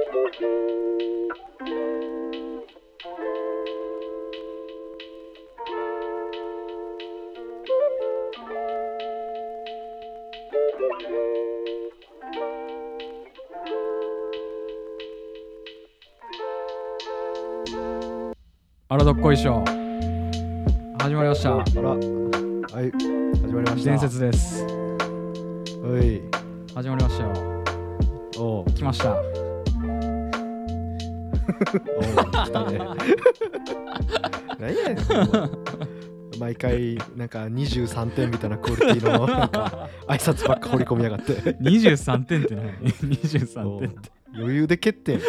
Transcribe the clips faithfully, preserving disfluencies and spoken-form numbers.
あらどっこいしょ始まりました。 あら、はい、始まりました。 伝説です。 おい、 始まりましたよ。 おう、 来ました。 おう、来たね。何やねん、毎回なんかにじゅうさんてんみたいなクオリティのなんか挨拶ばっか掘り込みやがって。 にじゅうさんてんって何？にじゅうさんてんって。 余裕で決定。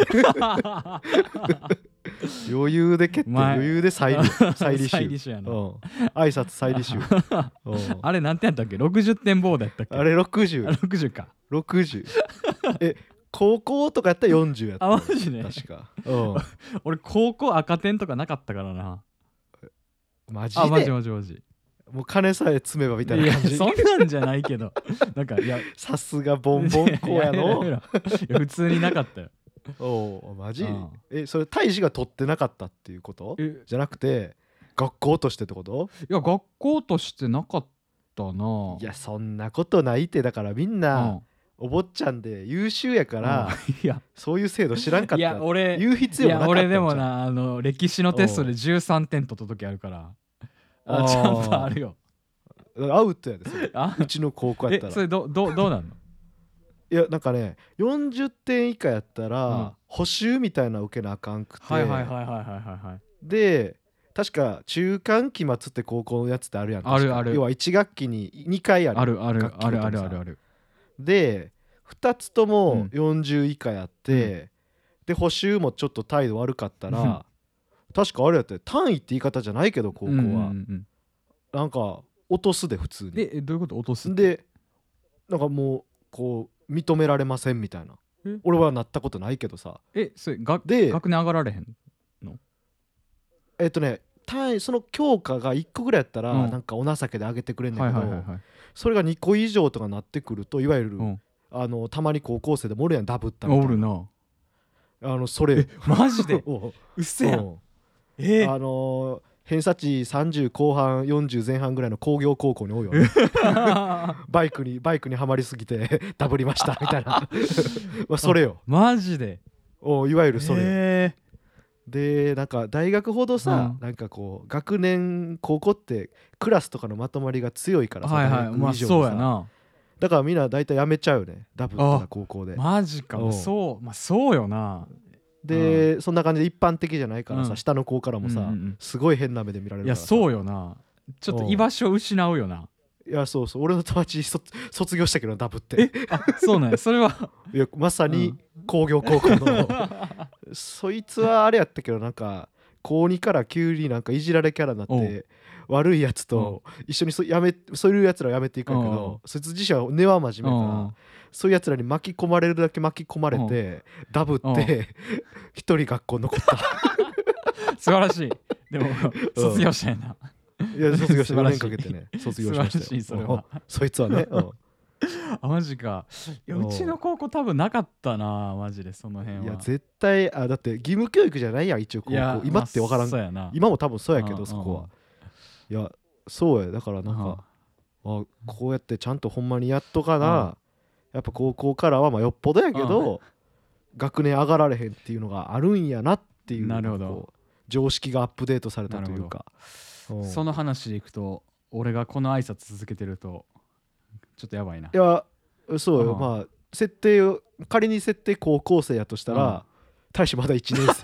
余裕で決定。余裕で再履再履再履修やな。 挨拶再履修。 あれ何点やったっけ？ろくじゅってんボードやったっけ？ あれろくじゅう。 ろくじゅうか。 ろくじゅう。え、高校とかやったらよんじゅうやった。 あ、マジね。 確か。 俺高校赤点とかなかったからな。 マジで？ あ、マジマジマジ。 もう金さえ積めばみたいな感じ。 いや、そんなんじゃないけど。なんか、いや、 さすがボンボン子やの。 いや普通になかったよ。 おお、マジ？ うん、 え、それ大使が取ってなかったっていうこと？じゃなくて学校としてってこと？ いや、学校としてなかったな。 いや、そんなことないって。だからみんな、うん、お坊ちゃんで優秀やから、うん、いやそういう制度知らんかった。 いや、俺言う必要もなかったんじゃん。 いや、俺でもな、あの歴史のテストでじゅうさんてん取った時あるから。あ、ちゃんとあるよ。 アウトやで、それ。うちの高校やったら。 え、それ ど, ど, どうなんの？ いや、なんかね、よんじゅってん以下やったら、うん、補習みたいな受けなあかんくて。 はいはいはいはいはいはい。 で、確か中間期末って高校のやつってあるやん。 あるある。 要はいち学期ににかいある。 あるあるあるあるあるある。 で、ふたつともよんじゅう以下やって、うん、で、補習もちょっと態度悪かったら、うん、確かあれやって、単位って言い方じゃないけど、高校は。うんうんうん、なんか、落とすで、普通に。 え、どういうこと？落とす？ で、なんかもう、こう、認められませんみたいな。俺はなったことないけどさ。 え、それがで学年上がられへんの？ えっとね、単位その教科がいっこぐらいやったら、うん、なんかお情けで上げてくれんねんけど、それがにこ以上とかなってくると、いわゆる、うん、あのたまに高校生でもおるやん、ダブったみたいな。 おるな。 あのそれマジでうっせやん。 えー、あのー偏差値さんじゅう後半よんじゅう前半ぐらいの工業高校に多いよね。バイクにバイクにはまりすぎてダブりましたみたいな。まあそれよ。 マジで？ おいわゆるそれよ。えー、でなんか大学ほどさ、うん、なんかこう学年高校ってクラスとかのまとまりが強いからさ、 はいはい、まあそうやな。 だからみんな大体やめちゃうよね、ダブったら高校で。 マジか。そう、まあそうよな。 で、うん、そんな感じで一般的じゃないからさ、うん、下の子からもさ、うんうん、すごい変な目で見られるからさ。 いやそうよな。ちょっと居場所を失うよな。 いやそうそう、俺の友達卒業したけどダブって。 え、あ、そうなんや。それはいやまさに工業高校の、うん、そいつはあれやったけど、なんか高にから急になんかいじられキャラになって悪いやつと一緒にそやめそういうやつらをやめていくんやけど、そいつ自身は根は真面目だからそういうやつらに巻き込まれるだけ巻き込まれてダブって一人学校残った。 素晴らしい。でも卒業したやな。 いや卒業してよねんかけてね卒業しましたよ。 素晴らしい。それはそいつはね。 あ、マジか。いやうちの高校多分なかったな、マジでその辺は。 いや絶対、あだって義務教育じゃないやん一応高校。今って分からん、まあ、今も多分そうやけどそこは。いやそうや、だからなんかあこうやってちゃんとほんまにやっとかな、やっぱ高校からはまあよっぽどやけど学年上がられへんっていうのがあるんやなっていう。 なるほど。 常識がアップデートされたというか。 その話でいくと俺がこの挨拶続けてるとちょっとやばいな。 いやそうよ、まあ設定を仮に設定高校生やとしたら大使まだいちねん生。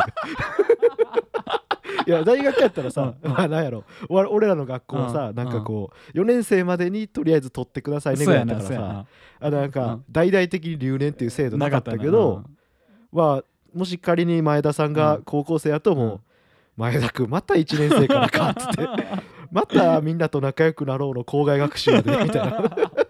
いや大学やったらさ、まあなんやろ、俺らの学校はさ、なんかこうよねん生までにとりあえず取ってくださいねぐらいだったからさ、あなんか大々的に留年っていう制度なかったけど、まあもし仮に前田さんが高校生やともう前田君またいちねん生からかっつってまたみんなと仲良くなろうの校外学習でみたいな。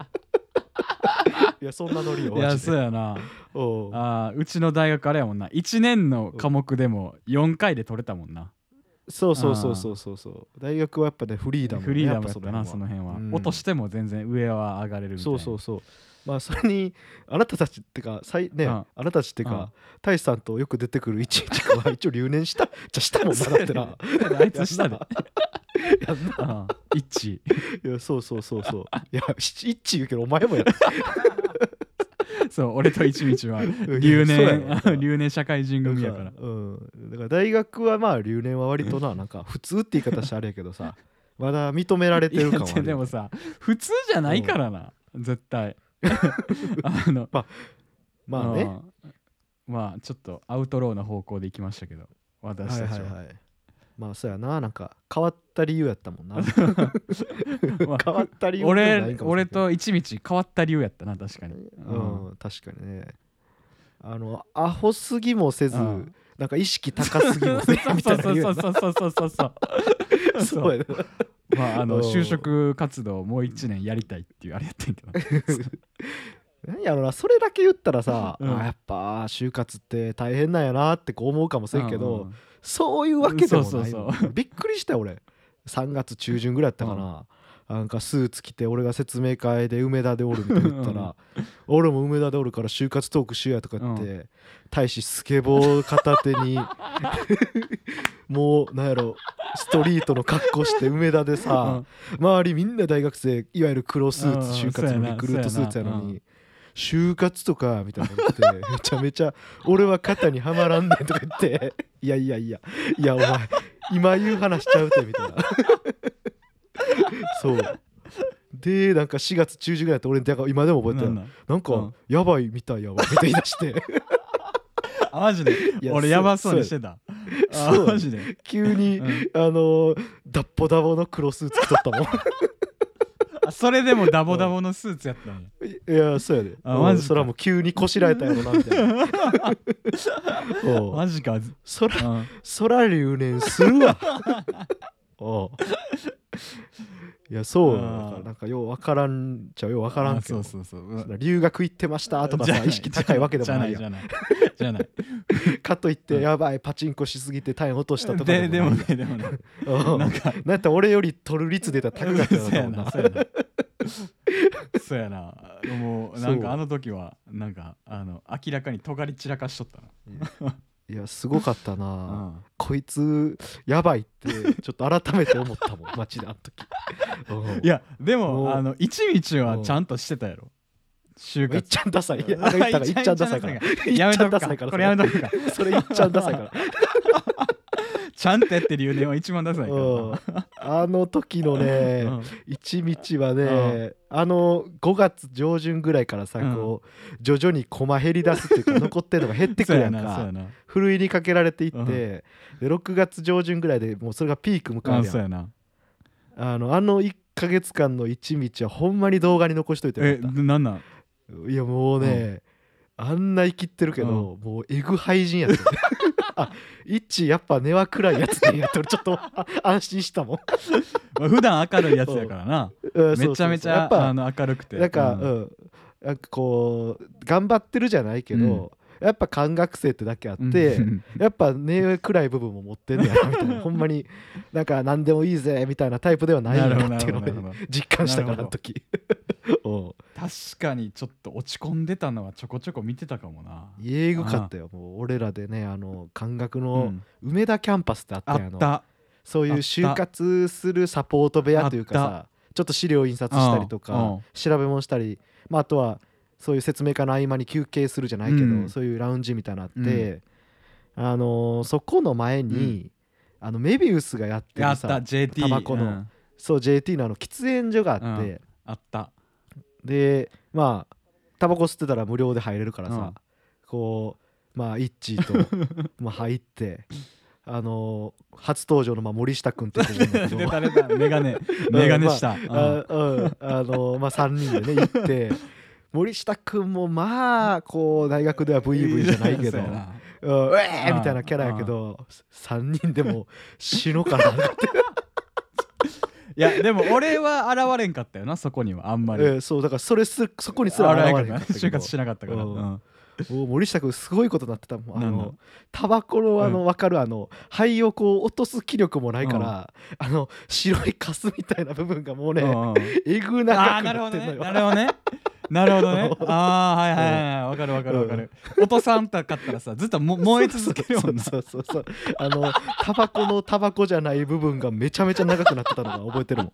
いやそんなノリよ。 いやそうやな。おうあうちの大学あれやもんな、いちねんの科目でもよんかいで取れたもんな。 そうそうそうそうそうそう。大学はやっぱねフリーダム、ね、 フリーダムやったなその辺は、うん、落としても全然上は上がれるみたいな。 そうそうそう。 まあそれにあなたたちってかさいね、 うんあなたたちってうんか大志さんとよく出てくるいちいちくんは一応留年したじゃしたもんなだってなあいつしたでやんなうん一致いやそうそうそうそういや一致言うけどお前もやるそう俺と一道はや留そうや年ろ留年社会人組やからうんだから大学はまあ留年は割とななんか普通って言い方してあれやけどさまだ認められてる感はあるよねいやでもさ普通じゃないからな絶対あのまあまあねうんまあちょっとアウトローな方向で行きましたけど私たちははいはいはいまあそうやななんか変わった理由やったもんなまあ変わった理由でもない俺かもしれんけど俺と一道変わった理由やったな確かにうん、確かにねあのアホすぎもせず、 うんなんか意識高すぎもせずみたいなそう理由やなそうそうそうそうそうそうそうやなまああうんの就職活動をもう一年やりたいっていうあれやってんけど何やろなそれだけ言ったらさ、 うんあやっぱ就活って大変なんやなってこう思うかもしれんけど、 うんそういうわけでもないそうそうそうびっくりしたよ俺さんがつ中旬ぐらいやったかな、なんかスーツ着て俺が説明会で梅田でおるみたいな言ったら俺も梅田でおるから就活トークしようやとか言って、 う大使スケボー片手にもうなんやろストリートの格好して梅田でさ、周りみんな大学生いわゆる黒スーツ、 うん就活のリクルートスーツやのそうやなに就活とかみたいなの言ってめちゃめちゃ俺は肩にはまらんねんとか言っていやいやいやいやお前今言う話しちゃうてみたいなそうでなんかしがつ中旬ぐらいだって俺だから今でも覚えてるなんなんなんか、 うんやばいみたいやわみたいな言い出してあマジでいや俺やばそうにしてたあそうマジで急に、 うんあのー、ダッポダボの黒スーツ着とったもんあそれでもダボダボのスーツやったんやいやそうやであマジかそれはもう急にこしらえたやろなみたいなおうマジかそらうんそら留年するわおういやそうよあーだからなんかようわからんちゃうようわからんけどあそうそうそうそんな留学行ってましたとかじゃないさ意識高いわけでもないやんじゃないじゃないかといってうんやばいパチンコしすぎて単位落としたとかででもでもないねでもねうんなんかなんやったら俺より取る率出たら高かったよそうや多分なそうやなそうやなもうなんかあの時はなんかあの明らかに尖り散らかしとったいやすごかったな、 なこいつやばいってちょっと改めて思ったもん街であの時うんいやでもうもあの一道はちゃんとしてたやろ就いっ活ちゃんダサいいやあれ言ったらいっちゃんダサいからいっちゃやめとくんダサいからかこれやめとくかそれいっちゃんダサいからちゃんとやってる留年は一番ダサいからうんあの時のねうん一日はねあのごがつ上旬ぐらいからさうんこう徐々にコマ減り出すっていうか残ってるのが減ってくるやんかそうやなそうやなふるいにかけられていって、 うんでろくがつ上旬ぐらいでもうそれがピーク迎えあるやんそうやなあのあのいっかげつかんの一日はほんまに動画に残しといてよえかっなんなんたいやもうね、あんな生きってるけど、もうエグ廃人やったあイッチやっぱ根は暗いやつでやって俺ちょっとあ安心したもんまあ普段明るいやつやからなうんめちゃめちそうそうそうやっぱゃあの明るくてなんか、 ううんんなんかこう頑張ってるじゃないけど、やっぱ感覚性ってだけあって、 うんやっぱ根暗い部分も持ってんねやなみたいなほんまになんか何でもいいぜみたいなタイプではないんだっていうのをねなるほどなるほど実感したからなるほどあの時うん確かにちょっと落ち込んでたのはちょこちょこ見てたかもなえぐかったよもう俺らでねあの感覚うのん梅田キャンパスってあったあやんあのったそういう就活するサポート部屋というかあさちょっと資料印刷したりとうんうかん調べ物したり、まあ、あとはそういう説明会の合間に休憩するじゃないけど、 うんそういうラウンジみたいなのあって、あのーそこの前に、あのメビウスがやってやったるさジェーティータバコのうんそう ジェーティー のあの喫煙所があって、 うんあったでまあタバコ吸ってたら無料で入れるからさ、 うんこうまあイッチーとまあ入ってあのー初登場のまあ森下君っていう子がいるんだけど出た出たメガネメガネした、 あ、うんあのーまあさんにんでね行って森下君もまあこう大学ではブイブイじゃないけどそうやなうんうえーみたいなキャラやけどさんにんでも死のうかなって、 いやでも俺は現れんかったよなそこにはあんまり、 えーそうだからそれすそこにすら現れなかったけど就活しなかったから、 うんうんお森下君すごいことになってたもんあなんだのタバコのあのうん分かるあの灰をこう落とす気力もないから、あの白いカスみたいな部分がもうね、 うんうんえぐあ長くあなるほどなってんのよ、 ねなるほどねなるほどね。ああはいはいはいわかるわかるわかる。落とさんたかったらさずっとも燃え続けるもんな。 そうそうそうそうあのタバコのタバコじゃない部分がめちゃめちゃ長くなってたのが覚えてるもん。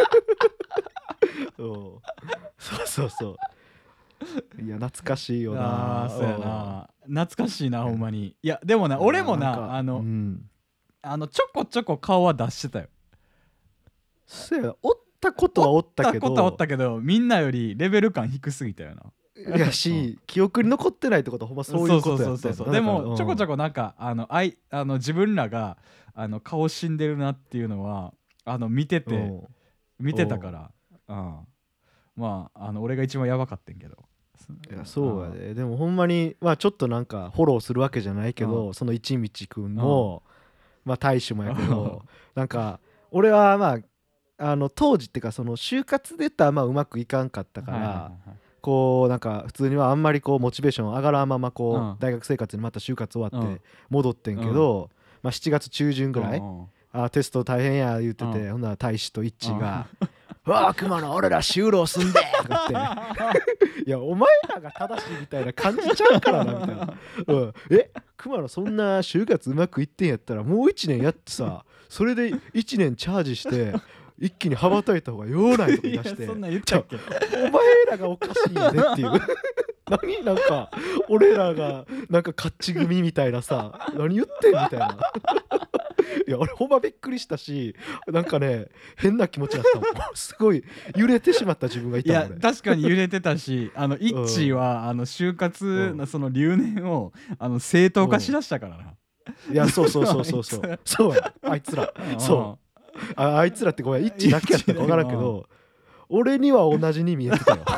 そうそうそうそういや懐かしいよな。 ああそうやな。懐かしいなほんまに。いやでもな俺もなあの、 うん、 あのちょこちょこ顔は出してたよ。 そやおったことはおったけどおったことはおったけどみんなよりレベル感低すぎたよな。 いやし、うん、記憶に残ってないってことはほんまそういうことやったよ。 でもちょこちょこなんかあのあいあの自分らがあの顔死んでるなっていうのはあの見てて見てたから、うん、まああの俺が一番やばかったんけど。 いやそうやで、でもほんまにまあちょっとなんかフォローするわけじゃないけど、その一道くんもまあ大使もやけどなんか俺はまああの当時っていうかその就活で言ったらまあうまくいかんかったから、こうなんか普通にはあんまりこうモチベーション上がらんままこう大学生活にまた就活終わって戻ってんけど、まあしちがつ中旬ぐらいあテスト大変や言ってて、ほんなら大使と一致が「わあ熊野俺ら就労すんで!」とかって「いやお前らが正しいみたいな感じちゃうからな」みたいな「うん、え熊野そんな就活うまくいってんやったらもういちねんやってさそれでいちねんチャージして一気に羽ばたいた方がようない」とか言い出して「お前らがおかしいよね」っていう何なんか俺らがなんか勝ち組みたいなさ何言ってんみたいないや俺ほんまびっくりしたしなんかね変な気持ちだったもんすごい揺れてしまった自分がいたもん。 いや確かに揺れてたしあのイッチーは、うん、あの就活のその留年をあの正当化しだしたからな、 うん、いやそうそうそうそうそうそうやあいつらそうあ, あいつらってごめんイッチーだけやったか分からんけど俺には同じに見えてたよ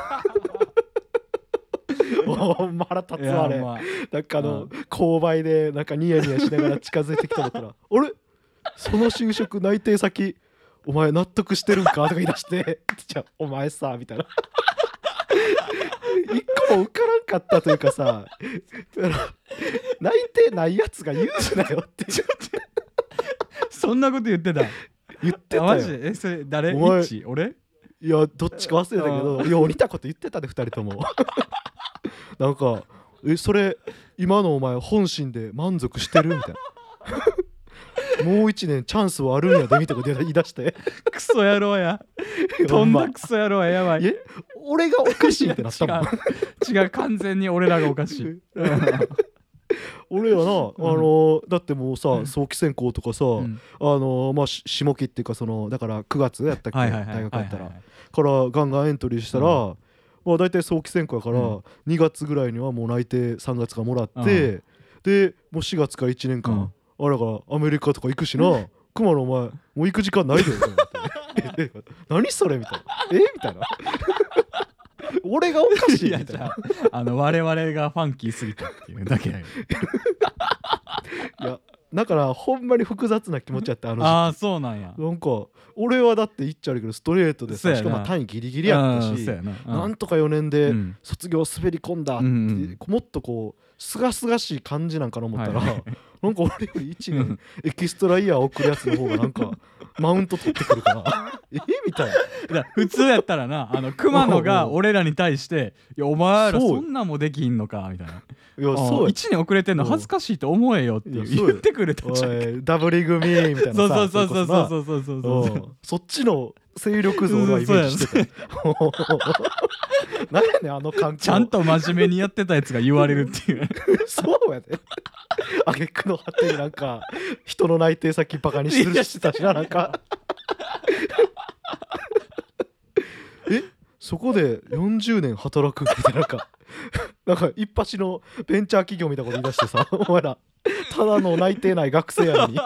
お前腹立つわあれ、まあ、なんかあの、うん、勾配でなんかニヤニヤしながら近づいてきたからあれその就職内定先お前納得してるんかとか言い出してじゃあお前さみたいな一個も受からんかったというかさ内定ないやつが言うなよってそんなこと言ってた言ってたよ。 マジでえそれ誰イッチ俺いやどっちか忘れたけどよう似たこと言ってたでふたりともなんかえそれ今のお前本心で満足してるみたいなもう一年チャンスはあるんやでみたいなこと言い出してクソ野郎やとんだクソ野郎ややばいえ俺がおかしいってなったもん違う違う完全に俺らがおかしい俺はな、あのー、だってもうさ、うん、早期選考とかさ、うん、あのー、まあ下期っていうかそのだからくがつやったっけ、はいはいはい、大学やったら、はいはいはい、からガンガンエントリーしたら、うん、まあ大体早期選考やから、うん、にがつぐらいにはもう内定さんがつからもらって、うん、でもうしがつからいちねんかん、うん、あれだからアメリカとか行くしな熊野お前もう行く時間ないでみたいな何それみたいなえみたいな俺がおかしいみたいなあの我々がファンキーすぎたっていうだけだよいやだからほんまに複雑な気持ちやってあの時期ああそうなんやなんか俺はだって言っちゃうけどストレートでさしかも単位ギリギリやったし な, なんとかよねんで卒業滑り込んだって、うん、もっとこうすがすがしい感じなんかな思ったら、はいはい、なんか俺よりいちねんエキストライヤー送るやつの方がなんかマウント取ってくるからえみたいな普通やったらなあの熊野が俺らに対して「いやお前らそんなんもできんのか」みたいな。いやそういちねん遅れてんの恥ずかしいと思えよって言ってくれたじゃん。 ダブリ組みたいなさそうそうそうそうそうそうそうそうそっちの勢力図を俺はイメージしてた何やねんあの環境ちゃんと真面目にやってたやつが言われるっていうそうやであげくの果てになんか人の内定先バカにするしてたしななんかえそこでよんじゅうねん働くみたいななんかなんか一発のベンチャー企業みたいなこと言い出してさお前らただの内定ない学生やのに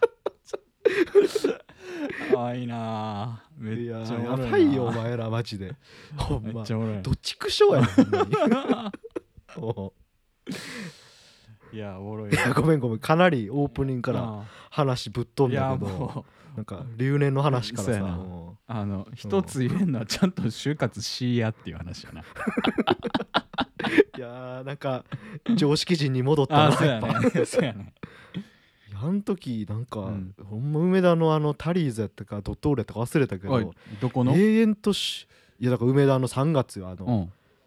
あいいなめっちゃおもろいな。 やばいよお前らマジでほんまめっちゃおもろいどっちくしょうやほんまにいやおもろいいやごめんごめんかなりオープニングから話ぶっ飛んだけどなんか留年の話からさあの一つ言えんのはちゃんと就活しやっていう話やないやーなんか常識人に戻ったなそうやねそうやねあの時なんか、うん、ほんま梅田のあのタリーズやったかドトールやったか忘れたけどどこの永遠としいやだから梅田のさんがつよあの、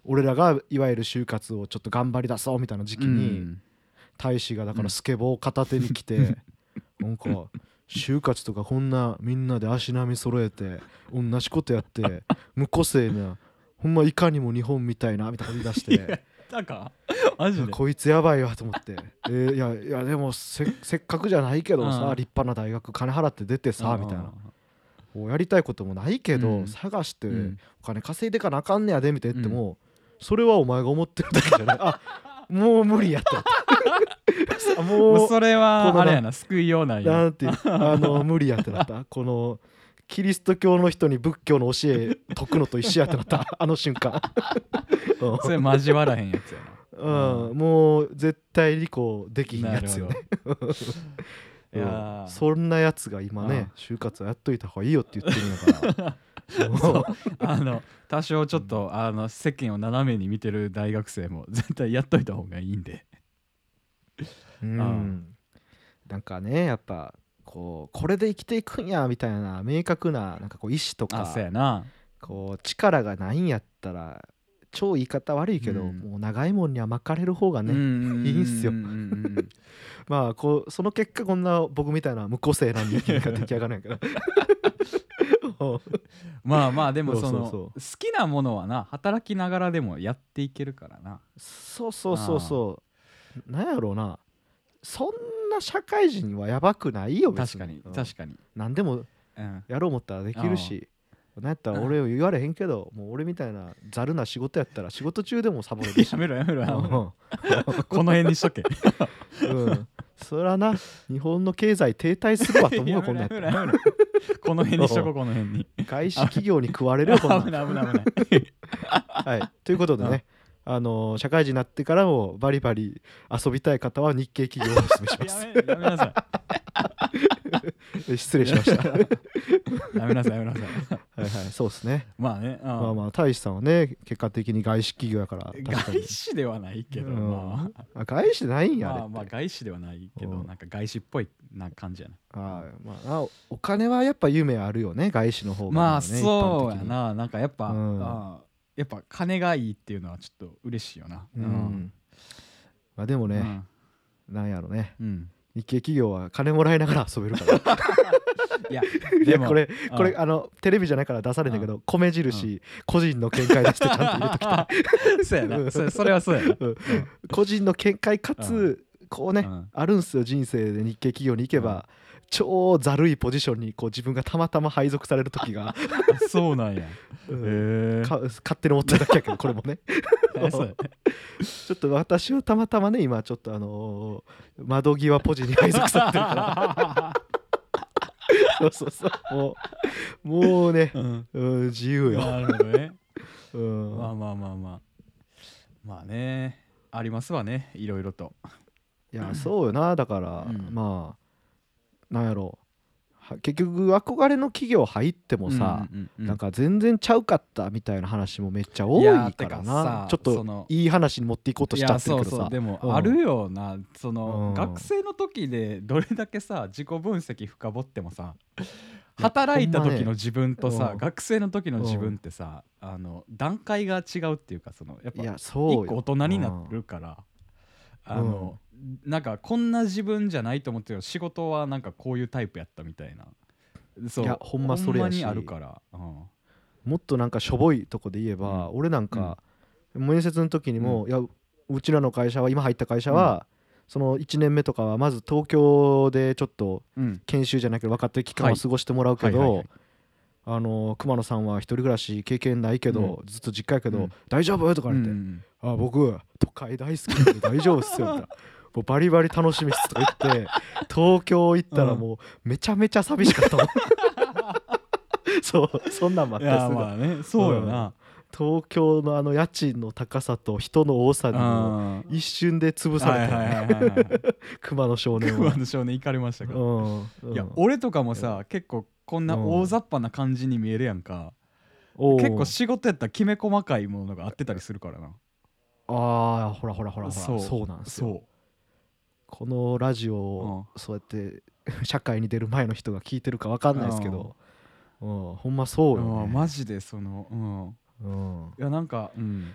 俺らがいわゆる就活をちょっと頑張り出そうみたいな時期に、うん、大使がだからスケボーを片手に来て、うん、なんか就活とかこんなみんなで足並み揃えて同じことやって無個性なほんまいかにも日本みたいなみたいな言い出してなんかマジでこいつやばいわと思って、えー、いやいやでも せ, せっかくじゃないけどさ、うん、立派な大学金払って出てさ、うん、みたいな、もうやりたいこともないけど、うん、探してお金稼いでかなあかんねやでみたいな言っても、うん、それはお前が思ってるだけじゃないあもう無理やったもうそれはあれやな救いようないなんてあの無理やってなったこのキリスト教の人に仏教の教え解くのと一緒やってなったあの瞬間それ交わらへんやつやな、うんうん、もう絶対理解できひんやつよねいや、うん、そんなやつが今ね就活はやっといた方がいいよって言ってるんだからそうあの多少ちょっと、うん、あの世間を斜めに見てる大学生も絶対やっといた方がいいんでうん、なんかねやっぱこうこれで生きていくんやみたいな明確ななんかこう意志とかそうやなこう力がないんやったら超言い方悪いけど、うん、もう長いもんには巻かれる方がねいいんすよまあこうその結果こんな僕みたいな無個性な人間が出来上がるんやけどまあまあでもその好きなものはな働きながらでもやっていけるからな。 そうそうそうそうなんやろうなそんな社会人はやばくないよ別に。確かに確かに何でもやろう思ったらできるし、なんやったら俺を言われへんけどもう俺みたいなざるな仕事やったら仕事中でもサボれるしやめろやめろやめろこの辺にしとけうんそらな日本の経済停滞するわと思うこんなんやったらこの辺にしとこうこの辺に外資企業に食われるよこんなん危ない危ない危ないはいということでねあのー、社会人になってからもバリバリ遊びたい方は日系企業をお勧めしますやめやめなさい失礼しましたやめなさいやめなさいはいはいそうですねまあねあまあまあ大志さんはね結果的に外資企業やから外資ではないけど、うんまあ、外資でないんやまあまあ外資ではないけど、うん、なんか外資っぽいな感じやなあ、まあ、お金はやっぱ夢あるよね外資の方が、ね、 まあそうやななんかやっぱ、うん、あやっぱ金がいいっていうのはちょっと嬉しいよな、 うんうんまあ、でもね、うん、なんやろね、うん、日系企業は金もらいながら遊べるからいやでもこれこれあのテレビじゃないから出されたけど米印個人の見解ですってちゃんと入れときたいそうやなそ, それはそうやな、うん、 個人の見解かつこうね、うん、あるんすよ人生で日系企業に行けば、うん、超ざるいポジションにこう自分がたまたま配属される時がそうなんや、 うん、へか勝手に思ってるだけやけどこれもねちょっと私はたまたまね今ちょっとあのー、窓際ポジに配属されてるからそうそうそうもうもうね、うんうん、自由よなるほどね、うん、まあまあまあまあまあねありますわねいろいろといやそうよなだから、うん、まあなんやろ結局憧れの企業入ってもさ、うんうんうん、なんか全然ちゃうかったみたいな話もめっちゃ多いからなちょっといい話に持っていこうとしちゃってるけどさそうそうでもあるよな、うん、その、うん、学生の時でどれだけさ自己分析深掘ってもさ働いた時の自分とさ、ね、学生の時の自分ってさ、うん、あの段階が違うっていうかそのやっぱ一個大人になるから、あの、うん、なんかこんな自分じゃないと思ってるけど仕事はなんかこういうタイプやったみたいなそういやほんまそれやしほんまにあるから、うん、 もっとなんかしょぼいとこで言えば、うん、俺なんか、うん、面接の時にも、うん、いやうちらの会社は今入った会社は、うん、そのいちねんめとかはまず東京でちょっと研修じゃないけど分かってる期間を過ごしてもらうけどあの熊野さんは一人暮らし経験ないけど、うん、ずっと実家やけど、うん、大丈夫とか言って、うん、あ僕都会大好きで大丈夫っすよみたいなもうバリバリ楽しみっすとか言って東京行ったらもうめちゃめちゃ寂しかったもんそうそんなんもあったりするまあねそうよな、うん、 東京のあの家賃の高さと人の多さにも一瞬で潰された熊野少年は熊野少年行かれましたから、うんうん、いや俺とかもさ、うん、結構こんな大雑把な感じに見えるやんか、うん、結構仕事やったらきめ細かいものがあってたりするからなあーほらほらほらほらそうそうなんですよこのラジオをそうやって社会に出る前の人が聞いてるか分かんないですけど、うん、ほんまそうよねマジでそのうん、うん、いやなんか、うん、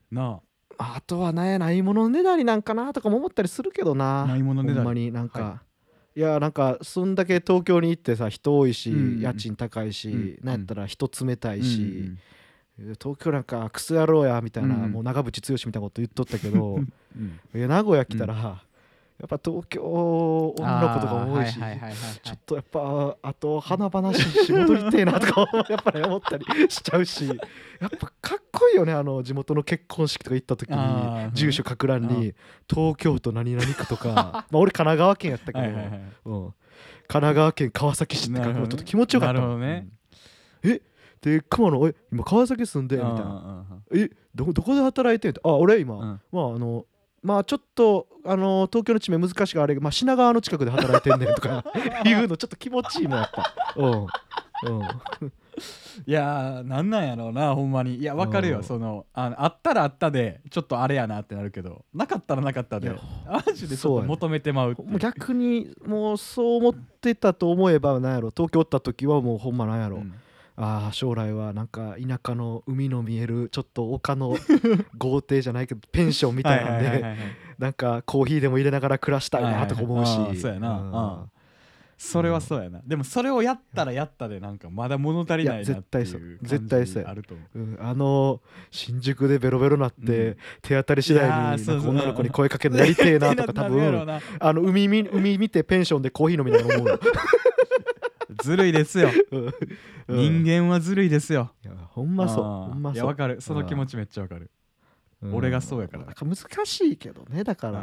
なあとはねないものねだりなんかなとかも思ったりするけどな。 ないものねだりほんまになんか、 はい、 いやなんかそんだけ東京に行ってさ人多いし、 うんうん、 家賃高いし、 うん、 なんやったら人冷たいし、 うんうん、 東京なんかクソ野郎やみたいな、 うんうん、 もう長渕剛みたいなこと言っとったけど、 うん、 いや名古屋来たら、うん、やっぱ東京女の子とかも多いし、ちょっとやっぱあと華々しいし戻りてえなとかやっぱり思ったりしちゃうし、やっぱかっこいいよね。あの地元の結婚式とか行った時に住所書く欄に東京都何々区とかまあ俺神奈川県やったけど、はいはいはい、うん、神奈川県川崎市って書くのちょっと気持ちよかったもん。なるほどね、うん、えで熊野え今川崎住んでみたいな、え ど, どこで働いてんって、あ俺今、うん、まああのまあちょっとあの東京の地名難しいがあれ、まあ、品川の近くで働いてんねんとかいうのちょっと気持ちいいもんやっぱ。うんうんいやーなんなんやろうなほんまに。いやわかるよ、その あ, あったらあったでちょっとあれやなってなるけど、なかったらなかったでマジでちょっと求めてまうっていう、 もう逆にもうそう思ってたと思えばなんやろ、東京おった時はもうほんまなんやろ、うん、ああ将来はなんか田舎の海の見えるちょっと丘の豪邸じゃないけどペンションみたいなんでなんかコーヒーでも入れながら暮らしたいなとか思うし、はいはいはい、 そうやな、うん、それはそうやな、うん、でもそれをやったらやったでなんかまだ物足りないなっていう感じあると思う。 うん、あの新宿でベロベロなって、うん、手当たり次第になんか女の子に声かけるのやりてえなとか多分あの 海, 見海見てペンションでコーヒー飲みながら思うのずるいですよ、うん、人間はずるいですよ。 いやほんまそうほんまそう。 いやわかる、その気持ちめっちゃわかる、うん、俺がそうやから。 難しいけどねだから、うん、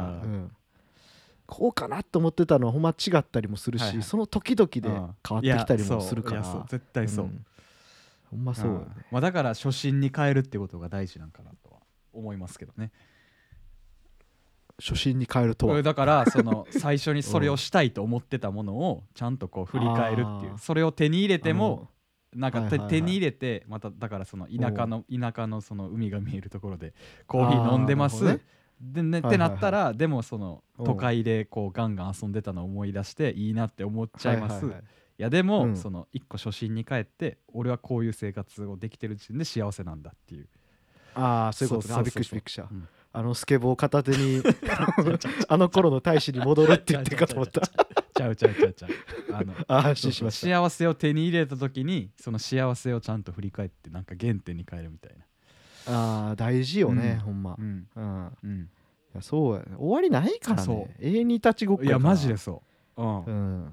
こうかなと思ってたのはほんま違ったりもするし、はいはい、その時々で変わってきたりもするから。 そう絶対そう、うん、 ほんまそうよね、 まあ、だから初心に変えるってことが大事なんかなとは思いますけどね。 初心に変えるとはだからその最初にそれをしたいと思ってたものをちゃんとこう振り返るっていう、それを手に入れてもなんか手に入れてまただからその田舎の田舎のその海が見えるところでコーヒー飲んでますで、ね、ってなったらでもその都会でこうガンガン遊んでたのを思い出していいなって思っちゃいます。いやでもその一個初心に帰って俺はこういう生活をできてる時点で幸せなんだっていう。 ああそういうことか。びっくりしたびっくりした。あのスケボー片手にあの頃の大使に戻るって言ってかと思った。 ちゃうちゃうちゃうちゃう。あのあそうしました。 幸せを手に入れた時にその幸せをちゃんと振り返ってなんか原点に変えるみたいな。 ああ大事よね、うん、ほんま、うんうんうん、いやそうやね。終わりないからね。永遠に立ちごっこやから。 いやマジでそう、うんうん、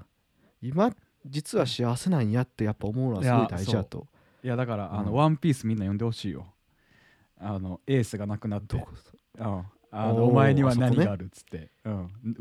今実は幸せなんやってやっぱ思うのはすごい大事だと。 いやだから、うん、あのワンピースみんな読んでほしいよ。あのエースがなくなってうん、あのお前には何があるっつって、ね、うん、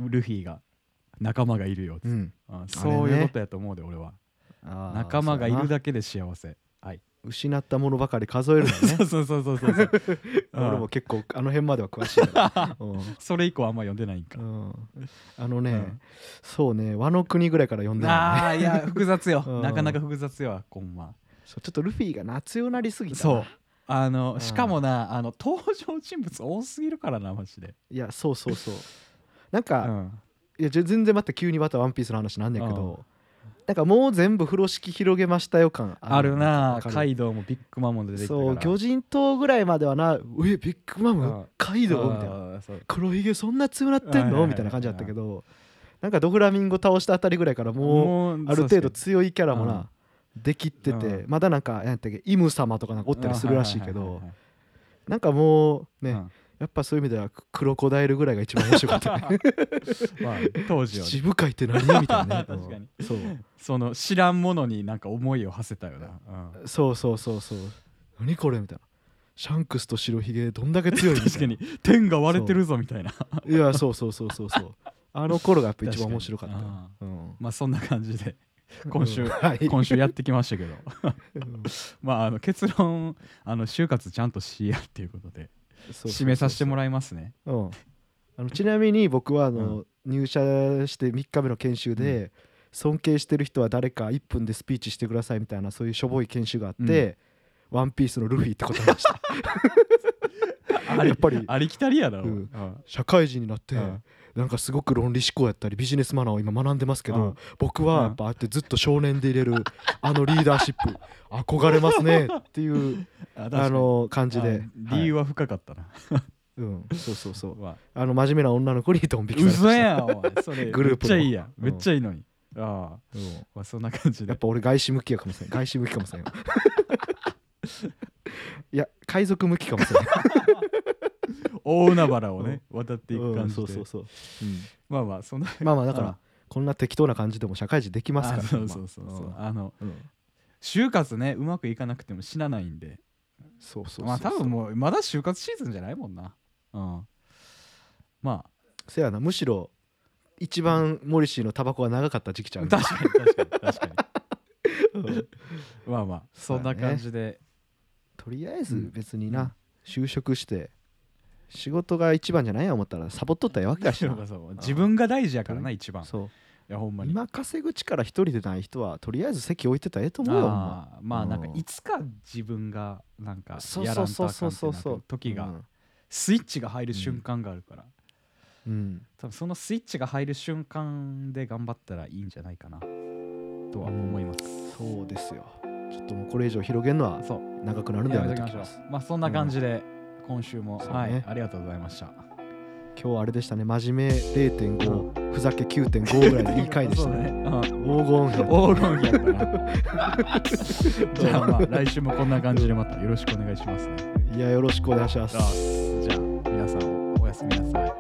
ルフィが仲間がいるよっつって、うんうん、そういうことやと思うで俺は。あ仲間がいるだけで幸せ。はい、 失ったものばかり数えるのね。 そうそうそうそうそう俺も結構あの辺までは詳しいから、うん、 それ以降あんま読んでないんか、うん、 あのね、うん、そうね和の国ぐらいから読んでない、ね、 ああいや複雑よ、うん、なかなか複雑よコンマ。 そうちょっとルフィが夏よなりすぎたな。 そうあのしかもなあの登場人物多すぎるからなマジで。 いやそうそうそうなんか、うん、いや全然また急にまたワンピースの話なんねんけど、うん、なんかもう全部風呂敷広げましたよ感ある。 あるな。カイドウもビッグマムで出てきたから。 そう魚人島ぐらいまではなえビッグマム、うん、カイドウみたいな黒ひげそんな強なってんのみたいな感じだったけど、なんかドフラミンゴ倒したあたりぐらいからもうある程度強いキャラもなできてて、うん、まだなんか何やったっけイム様とかなんかおったりするらしいけど、なんかもうね、うん、やっぱそういう意味ではクロコダイルぐらいが一番面白かったねまあ当時は、ね、 七部会って何みたいなね確かにそうその知らんものになんか思いを馳せたよな、 うん、そうそうそうそう何これみたいなシャンクスと白ひげどんだけ強いみたいな確かに天が割れてるぞみたいないやそうそうそうそうそうあの頃がやっぱ一番面白かった、 うん、まあそんな感じで今週、うんはい、今週やってきましたけどまああの結論あの就活ちゃんとしやっていうことで締めさせてもらいますね。 うん、あのちなみに僕はあの、うん、入社してみっかめの研修で、うん、尊敬してる人は誰かいっぷんでスピーチしてくださいみたいなそういうしょぼい研修があって、うん、ワンピースのルフィって答えましたやっぱりありきたりやな、うん、 社会人になって、 なんかすごく論理思考やったりビジネスマナーを今学んでますけど、 うん、 僕はやっぱああやってずっと少年で入れるあのリーダーシップ憧れますねっていうあの感じで、 理由は深かったな、 はい、うん、そうそうそう、あの真面目な女の子にドン引きされました。 嘘やんおいそれグループのめっちゃいいやん、めっちゃいいのに、うん、ああ、うん、まあ、そんな感じでやっぱ俺外資向きやかもしれん外資向きかもしれんいや海賊向きかもしれん大海原をね、うん、渡っていく感じで、うん、そうそうそう、うん、 まあまあそんなまあまあだからこんな適当な感じでも社会人できますから、 そうそうそうそう、うん、あの、うん、就活ねうまくいかなくても死なないんで、 そうそうそうそう、 まあ多分もうまだ就活シーズンじゃないもんな、うん、まあせやな、むしろ一番モリシーのタバコが長かった時期ちゃう、 確かに確かに確かに、うん、まあまあそんな感じで、ね、 とりあえず別にな、うん、就職して仕事が一番じゃないや思ったらサボっとったらええわけだしな自分が大事やからな一番、 そう、いやほんまに今稼ぐ力一人でない人はとりあえず席置いてたらええと思うよ。 あまあなんかいつか自分がなんかやらんとあかんってなる時がスイッチが入る瞬間があるから、うん、多分そのスイッチが入る瞬間で頑張ったらいいんじゃないかなとは思います、 うん、そうですよ。ちょっともうこれ以上広げるのは長くなるんでやめておきます。 まあそんな感じで、うん、今週も、ね、はい、ありがとうございました。 今日あれでしたね、真面目 れいてんご、うん、ふざけ きゅうてんご ぐらいでいい回でしたね。ね、うん、黄金比黄金比やったな。じゃあまあ来週もこんな感じでまたよろしくお願いしますね。 いやよろしくお願いします。 じゃあ皆さんおやすみなさい。